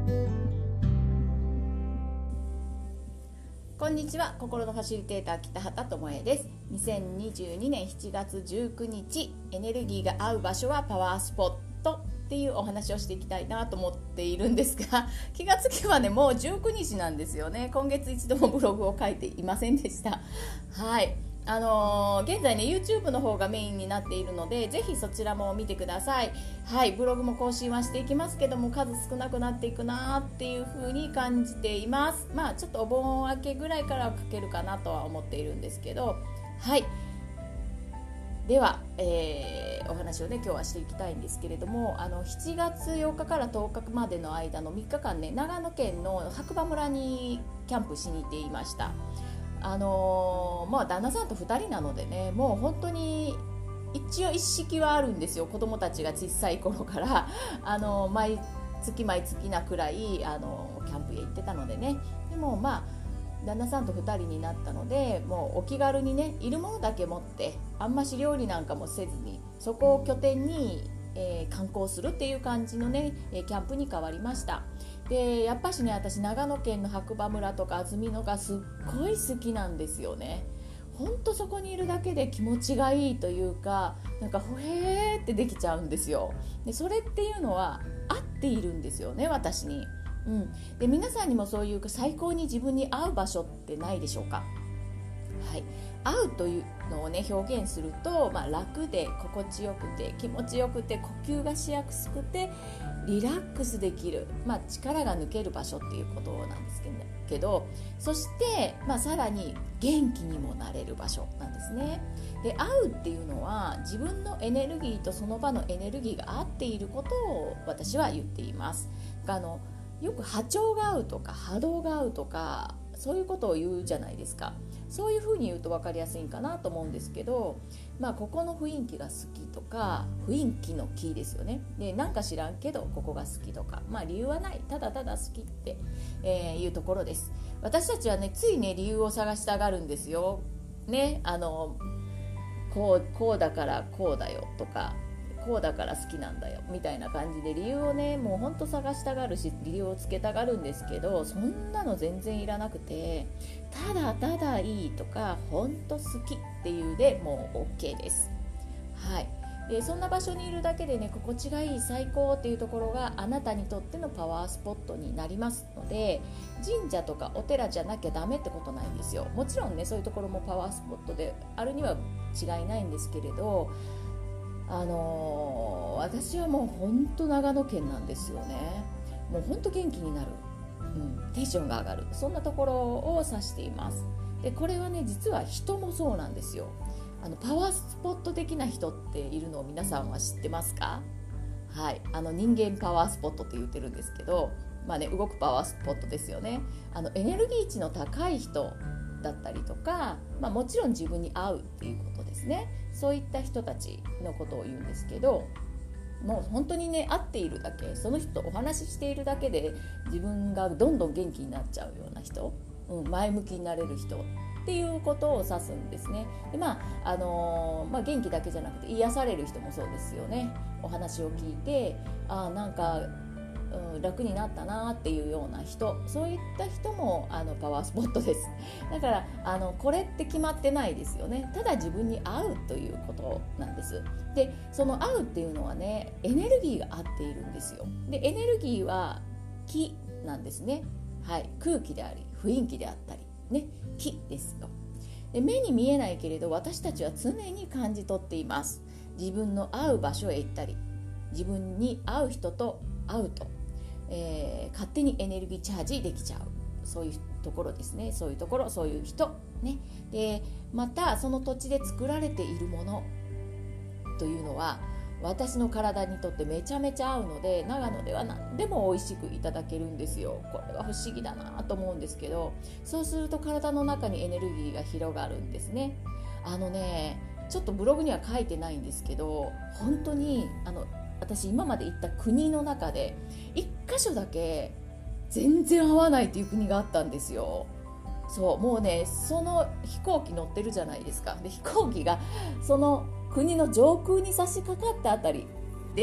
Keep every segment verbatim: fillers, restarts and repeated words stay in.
こんにちは、心のファシリテーター北畑智恵です。にせんにじゅうにねんしちがつじゅうくにち、エネルギーが合う場所はパワースポットっていうお話をしていきたいなと思っているんですが、気がつけばね、もうじゅうくにちなんですよね。今月一度もブログを書いていませんでした。はい、あのー、現在ね YouTube の方がメインになっているので、ぜひそちらも見てください。はい、ブログも更新はしていきますけども、数少なくなっていくなっていう風に感じています。まあちょっとお盆明けぐらいからは書けるかなとは思っているんですけど、はい、では、えー、お話をね今日はしていきたいんですけれども、あのしちがつようかからとおかまでの間のみっかかんね、長野県の白馬村にキャンプしに行っていました。あのー、まあ旦那さんとふたりなのでね、もう本当に一応一式はあるんですよ。子供たちが小さい頃からあの毎月毎月なくらいあのキャンプへ行ってたのでね。でもまあ旦那さんとふたりになったので、もうお気軽にね、いるものだけ持って、あんまし料理なんかもせずに、そこを拠点に、えー、観光するっていう感じのねキャンプに変わりました。でやっぱしね、私長野県の白馬村とか安曇野がすっごい好きなんですよね。ほんとそこにいるだけで気持ちがいいというか、なんかほへーってできちゃうんですよ。でそれっていうのは合っているんですよね、私に。うん、で皆さんにもそういう最高に自分に合う場所ってないでしょうか。はい、合うというのをね表現すると、まあ、楽で心地よくて気持ちよくて呼吸がしやすくてリラックスできる、まあ、力が抜ける場所っていうことなんですけど、そして、まあ、さらに元気にもなれる場所なんですね。で合うっていうのは自分のエネルギーとその場のエネルギーが合っていることを私は言っています。あのよく波長が合うとか波動が合うとか、そういうことを言うじゃないですか。そういうふうに言うと分かりやすいんかなと思うんですけど、まあ、ここの雰囲気が好きとか、雰囲気のキーですよね。でなんか知らんけどここが好きとか、まあ、理由はない、ただただ好きって、えー、いうところです。私たちはねついね理由を探したがるんですよ、ね、あのこう、こうだからこうだよとか、こうだから好きなんだよみたいな感じで理由をねもうほんと探したがるし、理由をつけたがるんですけど、そんなの全然いらなくて、ただただいいとかほんと好きっていうでもう OK です。はい、でそんな場所にいるだけでね心地がいい、最高っていうところがあなたにとってのパワースポットになりますので、神社とかお寺じゃなきゃダメってことないんですよ。もちろんねそういうところもパワースポットであるには違いないんですけれど、あのー、私はもう本当長野県なんですよね。もう本当元気になる、うん、テンションが上がる、そんなところを指しています。でこれはね実は人もそうなんですよ。あのパワースポット的な人っているのを皆さんは知ってますか？はい、あの人間パワースポットって言ってるんですけど、まあね、動くパワースポットですよね。あのエネルギー値の高い人だったりとか、まあ、もちろん自分に合うっていうことですね。そういった人たちのことを言うんですけど、もう本当にね合っているだけ、その人とお話ししているだけで自分がどんどん元気になっちゃうような人、うん、前向きになれる人っていうことを指すんですね。で、まああのーまあ、元気だけじゃなくて癒される人もそうですよね。お話を聞いて、あなんかうん、楽になったなっていうような人、そういった人もあのパワースポットです。だからあのこれって決まってないですよね。ただ自分に合うということなんです。でその合うっていうのはねエネルギーが合っているんですよ。でエネルギーは気なんですね。はい、空気であり雰囲気であったりね、気ですよ。で目に見えないけれど私たちは常に感じ取っています。自分の合う場所へ行ったり、自分に合う人と会うと、えー、勝手にエネルギーチャージできちゃう、そういうところですね。そういうところ、そういう人、ね、でまたその土地で作られているものというのは私の体にとってめちゃめちゃ合うので、長野では何でも美味しくいただけるんですよ。これは不思議だなと思うんですけど、そうすると体の中にエネルギーが広がるんですね。あのねちょっとブログには書いてないんですけど、本当にあの私今まで行った国の中で一箇所だけ全然合わないっていう国があったんですよ。そうもうねその飛行機乗ってるじゃないですか。で飛行機がその国の上空に差し掛かったあたりで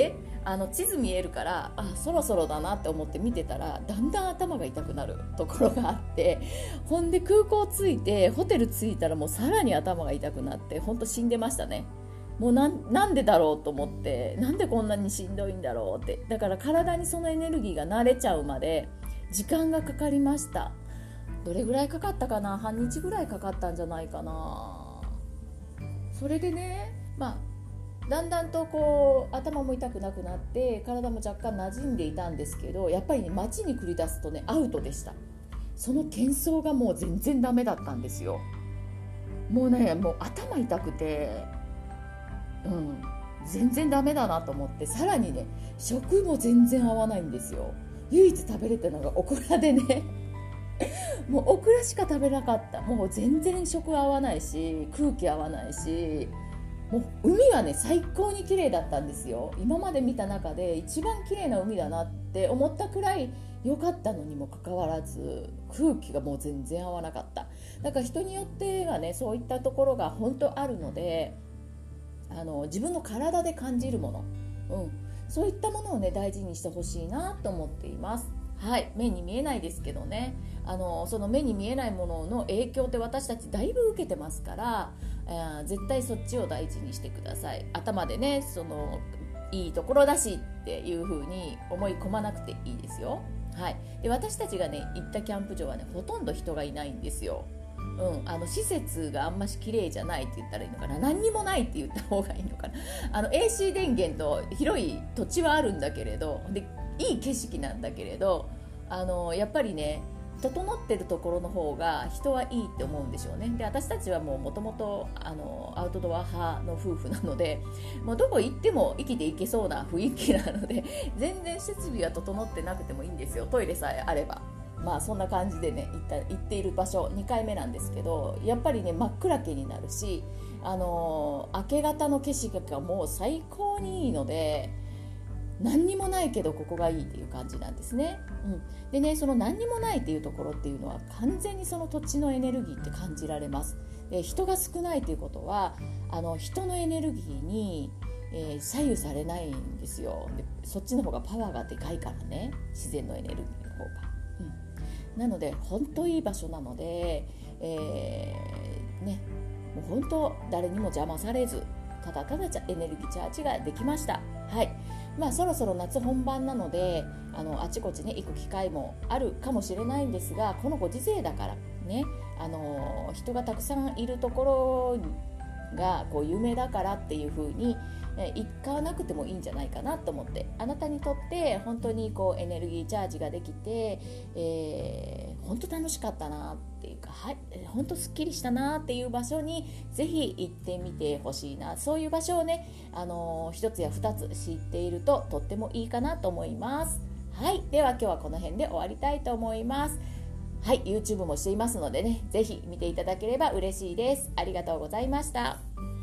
あの地図見えるから、あ、そろそろだなって思って見てたら、だんだん頭が痛くなるところがあって、ほんで空港着いてホテル着いたらもうさらに頭が痛くなって、ほんと死んでましたね。もうな ん, なんでだろうと思って、なんでこんなにしんどいんだろうって。だから体にそのエネルギーが慣れちゃうまで時間がかかりました。どれぐらいかかったかな、半日ぐらいかかったんじゃないかな。それでね、まあだんだんとこう頭も痛くなくなって体も若干馴染んでいたんですけど、やっぱりね、街に繰り出すとねアウトでした。その喧騒がもう全然ダメだったんですよ。もうね、もう頭痛くて、うん、全然ダメだなと思って、さらにね、食も全然合わないんですよ。唯一食べれたのがオクラでねもうオクラしか食べなかった。もう全然食合わないし、空気合わないし、もう海はね最高に綺麗だったんですよ。今まで見た中で一番綺麗な海だなって思ったくらい良かったのにもかかわらず、空気がもう全然合わなかった。だから人によってはね、そういったところが本当あるので、あの自分の体で感じるもの、うん、そういったものをね大事にしてほしいなと思っています。はい、目に見えないですけどね、あのその目に見えないものの影響って私たちだいぶ受けてますから、えー、絶対そっちを大事にしてください。頭でね、そのいいところだしっていう風に思い込まなくていいですよ。はい、で私たちがね行ったキャンプ場はねほとんど人がいないんですよ。うん、あの施設があんまし綺麗じゃないって言ったらいいのかな、何にもないって言った方がいいのかな。あの エーシー 電源と広い土地はあるんだけれど、でいい景色なんだけれど、あのやっぱりね整ってるところの方が人はいいって思うんでしょうね。で私たちはもうもともとアウトドア派の夫婦なので、もうどこ行っても生きていけそうな雰囲気なので、全然設備は整ってなくてもいいんですよ。トイレさえあれば。まあそんな感じでね行った行っている場所にかいめなんですけど、やっぱりね真っ暗けになるし、あのー、明け方の景色がもう最高にいいので、何にもないけどここがいいっていう感じなんですね、うん、でね、その何にもないっていうところっていうのは完全にその土地のエネルギーって感じられます。で人が少ないということは、あの人のエネルギーに、えー、左右されないんですよ。でそっちの方がパワーがでかいからね、自然のエネルギーの方が、うん、なので本当いい場所なので、えー、ね、もう本当誰にも邪魔されず、ただただエネルギーチャージができました。はい、まあ、そろそろ夏本番なので、あのあちこちね行く機会もあるかもしれないんですが、このご時世だからね、あの人がたくさんいるところがこう有名だからっていう風に行かなくてもいいんじゃないかなと思って、あなたにとって本当にこうエネルギーチャージができて、えー、本当楽しかったなっていうか、はい、本当すっきりしたなっていう場所にぜひ行ってみてほしいな。そういう場所をね、あのー、一つや二つ知っているととってもいいかなと思います。はい、では今日はこの辺で終わりたいと思います。はい、YouTube もしていますのでね、ぜひ見ていただければ嬉しいです。ありがとうございました。